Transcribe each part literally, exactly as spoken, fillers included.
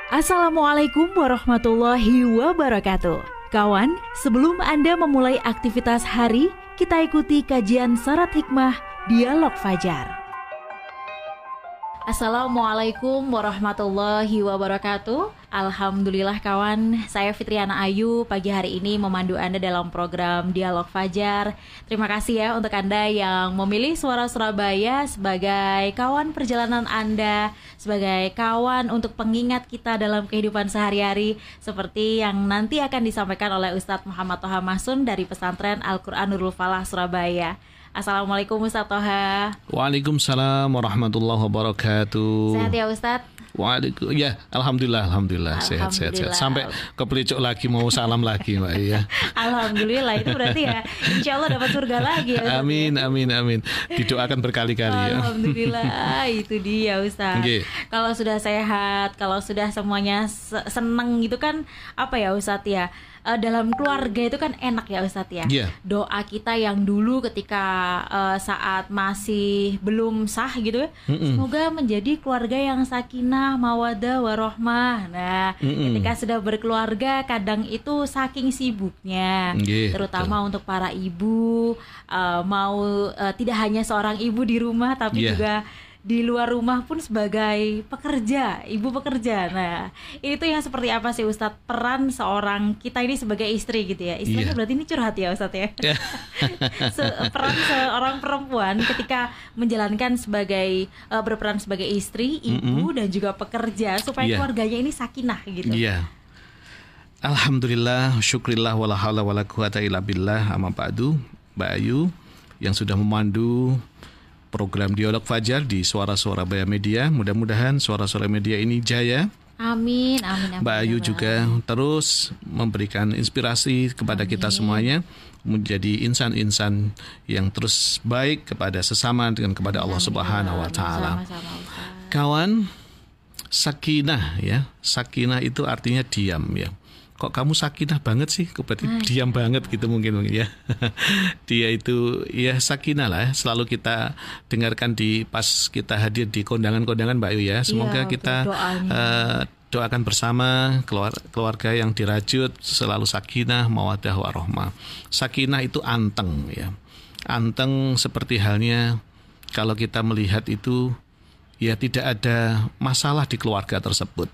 Assalamualaikum warahmatullahi wabarakatuh. Kawan, sebelum Anda memulai aktivitas hari, kita ikuti kajian syarat hikmah Dialog Fajar. Assalamualaikum warahmatullahi wabarakatuh. Alhamdulillah kawan, saya Fitriana Ayu pagi hari ini memandu Anda dalam program Dialog Fajar. Terima kasih ya untuk Anda yang memilih Suara Surabaya sebagai kawan perjalanan Anda, sebagai kawan untuk pengingat kita dalam kehidupan sehari-hari, seperti yang nanti akan disampaikan oleh Ustadz Muhammad Toha Masun dari Pesantren Al-Quran Nurul Falah Surabaya. Assalamualaikum Ustadz Toha. Waalaikumsalam warahmatullahi wabarakatuh. Sehat ya Ustadz? Waalaikumsalam. Ya, alhamdulillah, alhamdulillah, sehat, sehat, sehat. Sampai kepelicuk lagi mau salam lagi, Mbak ya. Alhamdulillah, itu berarti ya, insya Allah dapat surga lagi ya. Amin, amin, amin. Didoakan berkali-kali ya. Alhamdulillah, itu dia Ustadz. Okay. Kalau sudah sehat, kalau sudah semuanya seneng gitu kan, apa ya Ustadz ya? Uh, dalam keluarga itu kan enak ya Ustadz ya. Yeah. Doa kita yang dulu ketika uh, saat masih belum sah gitu ya, Mm-mm. semoga menjadi keluarga yang sakinah, mawadah, warohmah. Nah, Mm-mm. ketika sudah berkeluarga kadang itu saking sibuknya, yeah, terutama betul. Untuk para ibu uh, mau uh, tidak hanya seorang ibu di rumah tapi yeah. juga di luar rumah pun sebagai pekerja, ibu pekerja. Nah, itu yang seperti apa sih Ustadz peran seorang kita ini sebagai istri gitu ya? Istilahnya yeah. berarti ini curhat ya Ustadz ya? Yeah. Peran seorang perempuan ketika menjalankan sebagai uh, berperan sebagai istri, ibu mm-hmm. dan juga pekerja supaya yeah. keluarganya ini sakinah gitu. Iya. Yeah. Alhamdulillah, syukrillah wala haula wala quwata illa billah. Amma ba'du, Mbak Ayu yang sudah memandu program Dialog Fajar di Suara Surabaya Media. Mudah-mudahan Suara Surabaya Media ini jaya. Amin, amin, amin. Mbak Ayu amin. Juga terus memberikan inspirasi kepada amin. Kita semuanya menjadi insan-insan yang terus baik kepada sesama dengan kepada Allah Subhanahu wa taala. Kawan, sakinah ya. Sakinah itu artinya diam ya. Kok kamu sakinah banget sih? Kok berarti Ay. diam banget gitu mungkin mungkin ya. Dia itu ya sakinah lah. Selalu kita dengarkan di pas kita hadir di kondangan-kondangan Mbak Ayu ya. Semoga ya, kita uh, doakan bersama keluarga, keluarga yang dirajut selalu sakinah, mawaddah, warohmah. Sakinah itu anteng ya. Anteng seperti halnya kalau kita melihat itu ya tidak ada masalah di keluarga tersebut.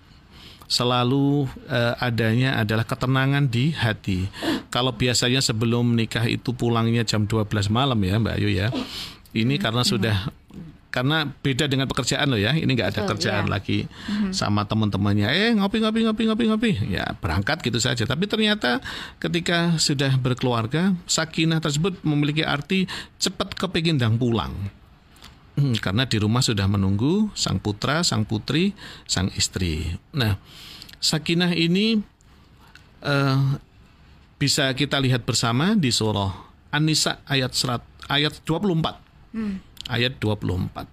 Selalu uh, adanya adalah ketenangan di hati. Kalau biasanya sebelum menikah itu pulangnya jam dua belas malam ya Mbak Ayu ya. Ini karena sudah karena beda dengan pekerjaan loh ya. Ini nggak ada so, kerjaan yeah. lagi sama teman-temannya. Eh ngopi ngopi ngopi ngopi ngopi. Ya berangkat gitu saja. Tapi ternyata ketika sudah berkeluarga, sakinah tersebut memiliki arti cepat kepingin dan pulang. Hmm, karena di rumah sudah menunggu sang putra, sang putri, sang istri. Nah, sakinah ini uh, bisa kita lihat bersama di surah An-Nisa ayat serat, ayat dua puluh empat. Hmm. Ayat dua puluh empat.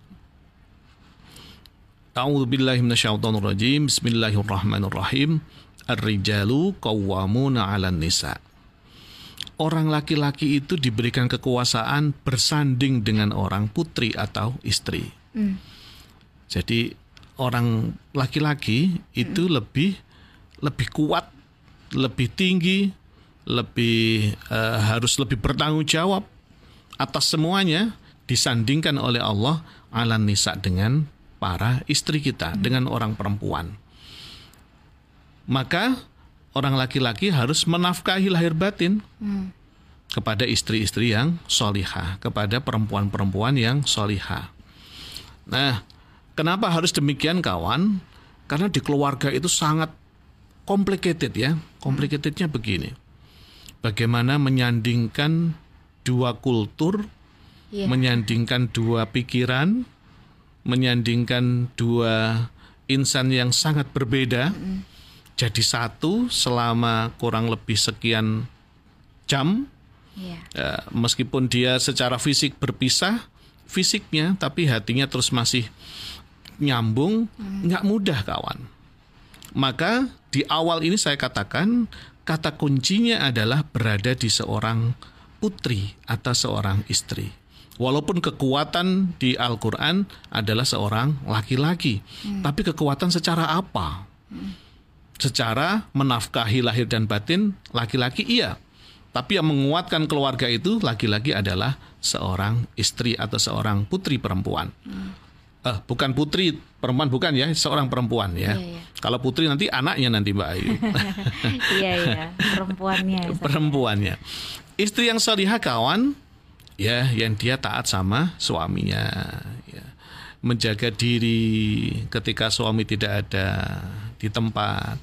A'udzubillahi minasyaitonirrajim. Bismillahirrahmanirrahim. Ar-rijalu qawwamuna 'alan nisa. Orang laki-laki itu diberikan kekuasaan bersanding dengan orang putri atau istri. Mm. Jadi orang laki-laki itu mm. lebih lebih kuat, lebih tinggi, lebih uh, harus lebih bertanggung jawab atas semuanya disandingkan oleh Allah ala nisa dengan para istri kita, mm. dengan orang perempuan. Maka orang laki-laki harus menafkahi lahir batin hmm. kepada istri-istri yang solihah, kepada perempuan-perempuan yang solihah. Nah, kenapa harus demikian kawan? Karena di keluarga itu sangat complicated ya. Complicatednya begini. Bagaimana menyandingkan dua kultur, yeah. menyandingkan dua pikiran, menyandingkan dua insan yang sangat berbeda. Hmm. Jadi satu selama kurang lebih sekian jam, yeah. uh, meskipun dia secara fisik berpisah fisiknya, tapi hatinya terus masih nyambung, mm. nggak mudah kawan. Maka di awal ini saya katakan kata kuncinya adalah berada di seorang putri atau seorang istri. Walaupun kekuatan di Al-Quran adalah seorang laki-laki, mm. tapi kekuatan secara apa? Mm. secara menafkahi lahir dan batin laki-laki iya. Tapi yang menguatkan keluarga itu laki-laki adalah seorang istri atau seorang putri perempuan. Hmm. Eh, bukan putri perempuan, bukan ya, seorang perempuan ya. Iya, iya. Kalau putri nanti anaknya nanti Mbak Ayu. Iya iya, perempuannya. Ya, perempuannya. Istri yang salihah kawan, ya, yang dia taat sama suaminya, ya. Menjaga diri ketika suami tidak ada di tempat,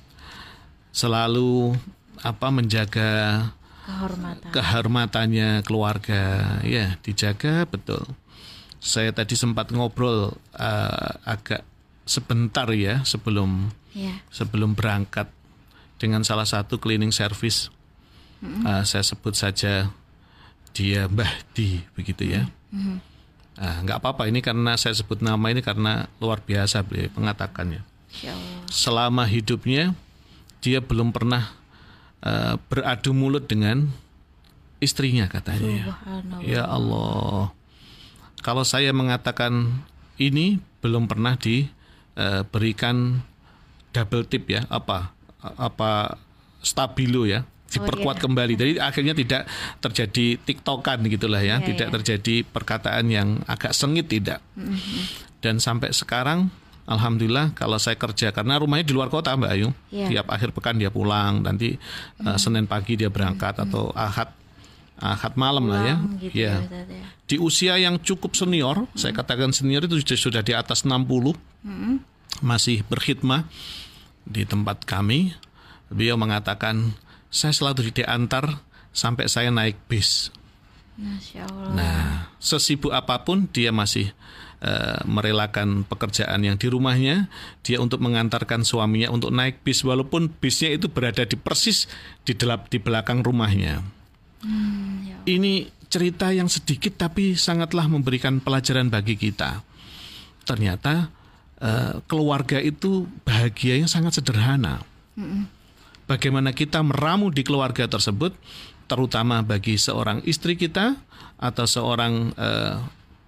selalu apa menjaga kehormatan. kehormatannya keluarga, ya, dijaga betul. Saya tadi sempat ngobrol uh, agak sebentar ya sebelum yeah. sebelum berangkat dengan salah satu cleaning service. Mm-hmm. Uh, saya sebut saja dia Mbah Di, begitu ya. Mm-hmm. Uh, nggak apa-apa ini karena saya sebut nama ini karena luar biasa beliau mengatakannya. Selama hidupnya dia belum pernah uh, beradu mulut dengan istrinya katanya. Ya Allah. Kalau saya mengatakan ini belum pernah diberikan uh, double tip ya, apa apa stabilo ya, diperkuat oh, iya. kembali. Jadi akhirnya tidak terjadi tiktokan gitulah ya, yeah, tidak yeah. terjadi perkataan yang agak sengit tidak. Mm-hmm. Dan sampai sekarang alhamdulillah kalau saya kerja karena rumahnya di luar kota Mbak Ayu, yeah. tiap akhir pekan dia pulang, nanti mm-hmm. uh, Senin pagi dia berangkat mm-hmm. atau Ahad Ahad malam pulang, lah ya. Gitu ya. Ya. Di usia yang cukup senior, mm-hmm. saya katakan senior itu sudah di atas enam puluh, mm-hmm. masih berkhidmah di tempat kami. Beliau mengatakan, saya selalu diantar sampai saya naik bis. Masya Allah. Nah, sesibuk apapun dia masih uh, merelakan pekerjaan yang di rumahnya, dia untuk mengantarkan suaminya untuk naik bis walaupun bisnya itu berada di persis di delap di belakang rumahnya. Hmm, ya. Ini cerita yang sedikit tapi sangatlah memberikan pelajaran bagi kita. Ternyata uh, keluarga itu bahagianya sangat sederhana. Mm-mm. Bagaimana kita meramu di keluarga tersebut, terutama bagi seorang istri kita atau seorang uh,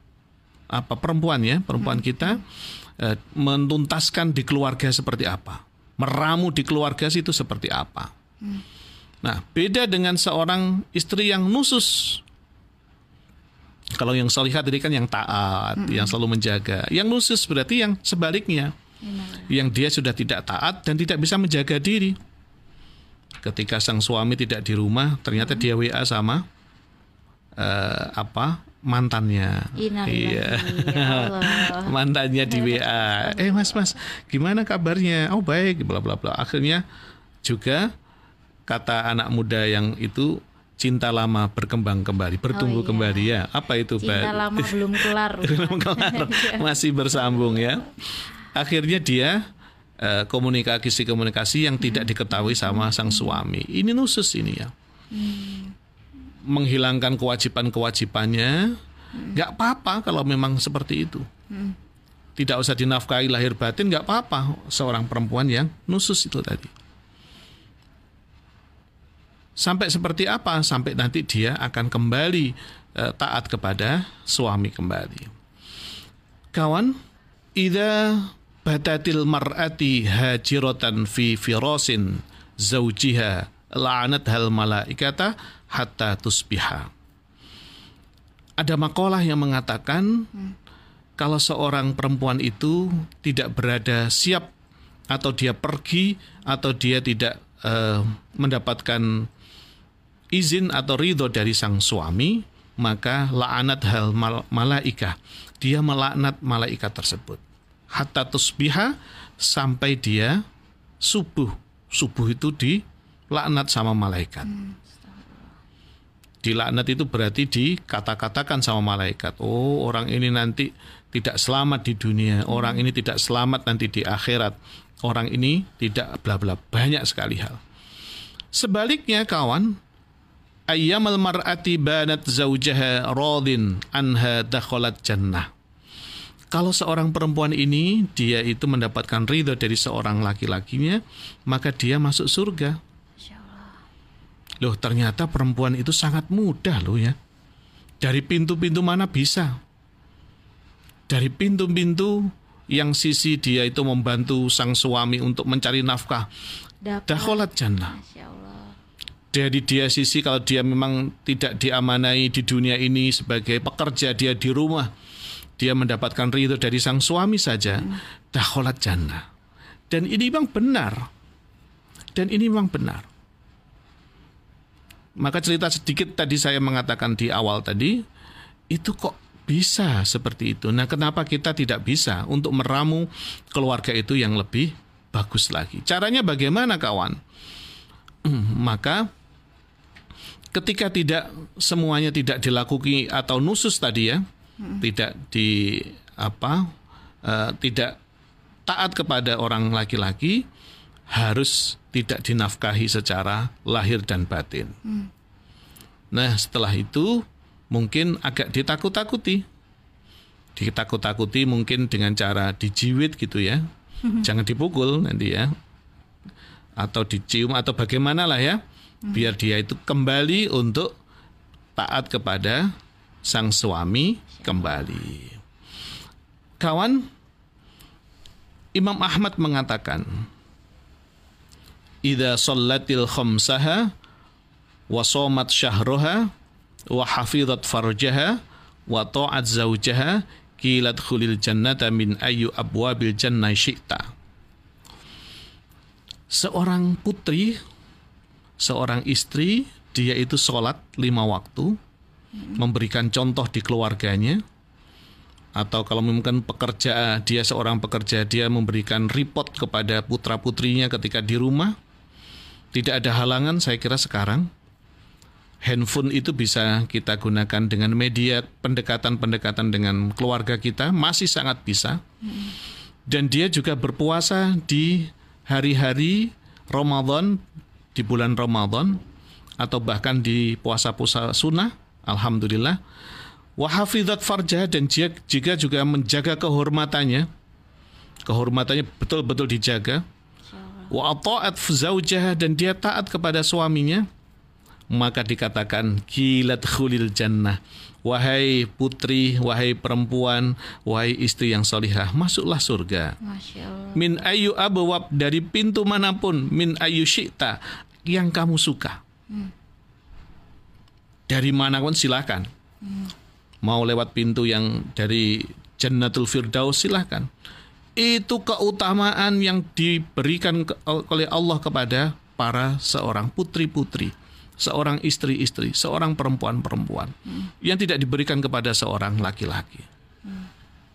apa perempuan ya, perempuan mm-hmm. kita uh, menuntaskan di keluarga seperti apa, meramu di keluarga itu seperti apa. Mm. Nah, beda dengan seorang istri yang nusus. Kalau yang salihah tadi kan yang taat, mm-hmm. yang selalu menjaga. Yang nusus berarti yang sebaliknya, mm-hmm. yang dia sudah tidak taat dan tidak bisa menjaga diri. Ketika sang suami tidak di rumah, ternyata hmm. dia W A sama uh, apa mantannya. Iya, ya mantannya di W A. Eh mas mas, gimana kabarnya? Oh baik, bla bla bla. Akhirnya juga kata anak muda yang itu cinta lama berkembang kembali, bertumbuh oh, iya. kembali ya. Apa itu? Cinta Pak? Lama belum kelar. belum kelar, masih bersambung ya. Akhirnya dia komunikasi-komunikasi yang tidak diketahui sama sang suami. Ini nusus ini ya. Hmm. Menghilangkan kewajiban-kewajibannya. Nggak hmm. apa-apa kalau memang seperti itu. Hmm. Tidak usah dinafkahi lahir batin, nggak apa-apa. Seorang perempuan yang nusus itu tadi. Sampai seperti apa? Sampai nanti dia akan kembali eh, taat kepada suami kembali. Kawan, idza batatil mar'ati hajiratan fi firasin zaujiha la'anat hal malaikata hatta tusbiha. Ada makalah yang mengatakan hmm. kalau seorang perempuan itu tidak berada siap atau dia pergi atau dia tidak uh, mendapatkan izin atau ridho dari sang suami, maka la'anat hal mal- malaikah, dia melaknat malaikat tersebut. Hatta tusbiha, sampai dia subuh. Subuh itu dilaknat sama malaikat. Hmm. Dilaknat itu berarti dikata-katakan sama malaikat. Oh, orang ini nanti tidak selamat di dunia. Hmm. Orang ini tidak selamat nanti di akhirat. Orang ini tidak bla bla. Banyak sekali hal. Sebaliknya kawan, ayyamal mar'ati banat zaujaha radin anha dakhalat jannah. Kalau seorang perempuan ini, dia itu mendapatkan ridho dari seorang laki-lakinya, maka dia masuk surga. Loh, ternyata perempuan itu sangat mudah loh ya. Dari pintu-pintu mana bisa? Dari pintu-pintu yang sisi dia itu membantu sang suami untuk mencari nafkah, dakhalat jannah. Dari dia sisi kalau dia memang tidak diamanai di dunia ini sebagai pekerja, dia di rumah, dia mendapatkan ridho dari sang suami saja, hmm. dakhalat jannah. Dan ini memang benar. Dan ini memang benar. Maka cerita sedikit tadi saya mengatakan di awal tadi, itu kok bisa seperti itu. Nah, kenapa kita tidak bisa untuk meramu keluarga itu yang lebih bagus lagi? Caranya bagaimana, kawan? Maka ketika tidak semuanya tidak dilakukan atau nusus tadi ya, hmm. tidak di apa, uh, tidak taat kepada orang laki-laki, harus tidak dinafkahi secara lahir dan batin. Hmm. Nah, setelah itu mungkin agak ditakut-takuti. Ditakut-takuti mungkin dengan cara dijiwit gitu ya. Hmm. Jangan dipukul nanti ya. Atau dicium atau bagaimana lah ya. Hmm. Biar dia itu kembali untuk taat kepada sang suami kembali. Kawan, Imam Ahmad mengatakan, idza shallatil khamsaha wa shamat syahraha wa hafizat farjaha wa ta'at zawjaha qilat khulil jannata min ayyu abwabil jannah syi'ta. Seorang putri, seorang istri, dia itu sholat lima waktu, memberikan contoh di keluarganya, atau kalau mungkin pekerja, dia seorang pekerja, dia memberikan report kepada putra-putrinya ketika di rumah. Tidak ada halangan, saya kira sekarang handphone itu bisa kita gunakan dengan media pendekatan-pendekatan dengan keluarga kita, masih sangat bisa. Dan dia juga berpuasa di hari-hari Ramadan, di bulan Ramadan, atau bahkan di puasa-puasa sunnah, alhamdulillah. Wa hafizat farjah, dan dia juga juga menjaga kehormatannya. Kehormatannya betul-betul dijaga. Wa ata'at zawjaha, dan dia taat kepada suaminya. Maka dikatakan qilat khulil jannah, wahai putri, wahai perempuan, wahai istri yang salihah, masuklah surga. Masya Allah. Min ayu abwab, dari pintu manapun, min ayu syi'ta, yang kamu suka. Hmm. Dari manapun silakan. Hmm. Mau lewat pintu yang dari Jannatul Firdaus, silakan. Itu keutamaan yang diberikan oleh Allah kepada para seorang putri-putri, seorang istri-istri, seorang perempuan-perempuan, hmm. yang tidak diberikan kepada seorang laki-laki. Hmm.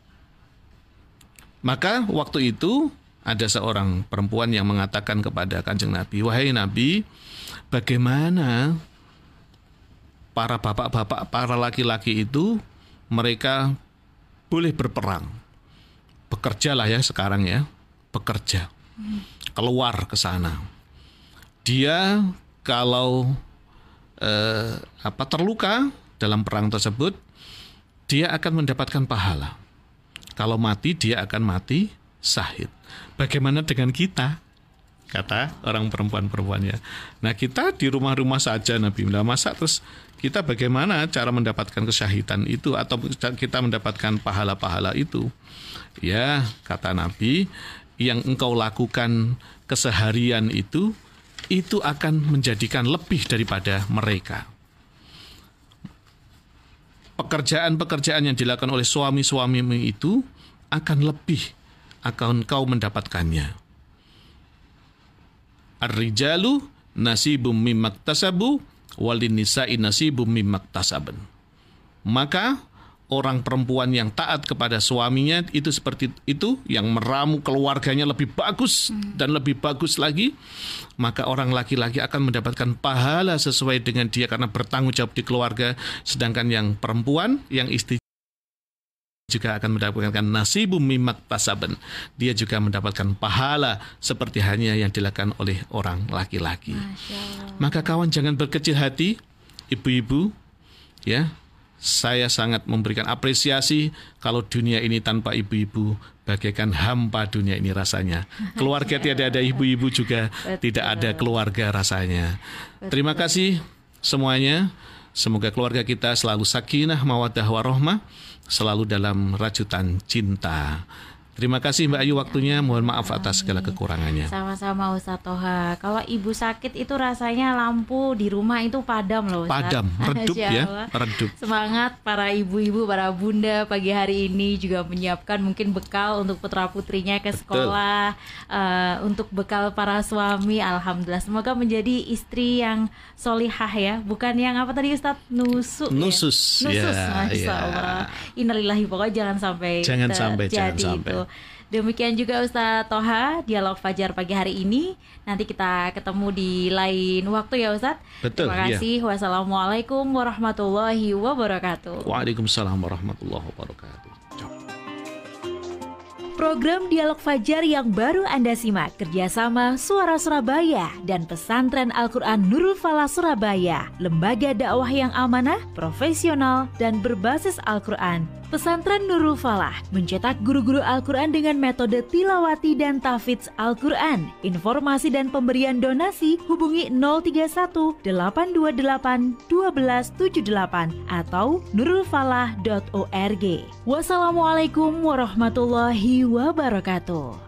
Maka waktu itu ada seorang perempuan yang mengatakan kepada Kanjeng Nabi, wahai Nabi, bagaimana para bapak-bapak, para laki-laki itu mereka boleh berperang? Bekerjalah ya sekarang ya, bekerja, keluar ke sana. Dia kalau eh, apa terluka dalam perang tersebut, dia akan mendapatkan pahala. Kalau mati, dia akan mati syahid. Bagaimana dengan kita? Kata orang perempuan-perempuannya. Nah, kita di rumah-rumah saja Nabi, nah, masa terus kita bagaimana cara mendapatkan kesyahidan itu atau kita mendapatkan pahala-pahala itu? Ya, kata Nabi, yang engkau lakukan keseharian itu, itu akan menjadikan lebih daripada mereka. Pekerjaan-pekerjaan yang dilakukan oleh suami-suamimu itu akan lebih akan engkau mendapatkannya. Ar-rijalu nasibum mimmaktasabu walin nisa'i nasibum mimmaktasaban. Maka orang perempuan yang taat kepada suaminya itu seperti itu, yang meramu keluarganya lebih bagus dan lebih bagus lagi, maka orang laki-laki akan mendapatkan pahala sesuai dengan dia karena bertanggung jawab di keluarga, sedangkan yang perempuan, yang istri juga akan mendapatkan nasibum mimmaktasaban. Dia juga mendapatkan pahala seperti hanya yang dilakukan oleh orang laki-laki. Maka kawan, jangan berkecil hati, ibu-ibu, ya. Saya sangat memberikan apresiasi kalau dunia ini tanpa ibu-ibu bagaikan hampa dunia ini rasanya. Keluarga tiada ada ibu-ibu juga betul. Tidak ada keluarga rasanya. Betul. Terima kasih semuanya. Semoga keluarga kita selalu sakinah, mawaddah, warahmah, selalu dalam rajutan cinta. Terima kasih Mbak Ayu waktunya, mohon maaf atas segala kekurangannya. Sama-sama Ustaz Toha. Kalau ibu sakit itu rasanya lampu di rumah itu padam loh Ustaz. Padam, redup ya, redup. Semangat para ibu-ibu, para bunda pagi hari ini juga menyiapkan mungkin bekal untuk putra-putrinya ke sekolah, uh, untuk bekal para suami. Alhamdulillah, semoga menjadi istri yang solihah ya, bukan yang apa tadi Ustaz, nusuk Nusus, ya? Nusus, ya, Masya ya. Allah. Innalillahi, pokoknya jangan sampai Jangan sampai, jangan itu. sampai. Demikian juga Ustaz Toha, dialog Fajar pagi hari ini. Nanti kita ketemu di lain waktu ya Ustaz. Betul. Terima kasih. Ya. Wassalamualaikum warahmatullahi wabarakatuh. Waalaikumsalam warahmatullahi wabarakatuh. Program Dialog Fajar yang baru Anda simak kerjasama Suara Surabaya dan Pesantren Al-Quran Nurul Falah Surabaya, lembaga dakwah yang amanah, profesional, dan berbasis Al-Quran. Pesantren Nurul Falah mencetak guru-guru Al-Quran dengan metode tilawati dan tahfidz Al-Quran. Informasi dan pemberian donasi hubungi nol tiga satu delapan dua delapan satu dua tujuh delapan atau nurulfalah dot org. Wassalamualaikum warahmatullahi wabarakatuh.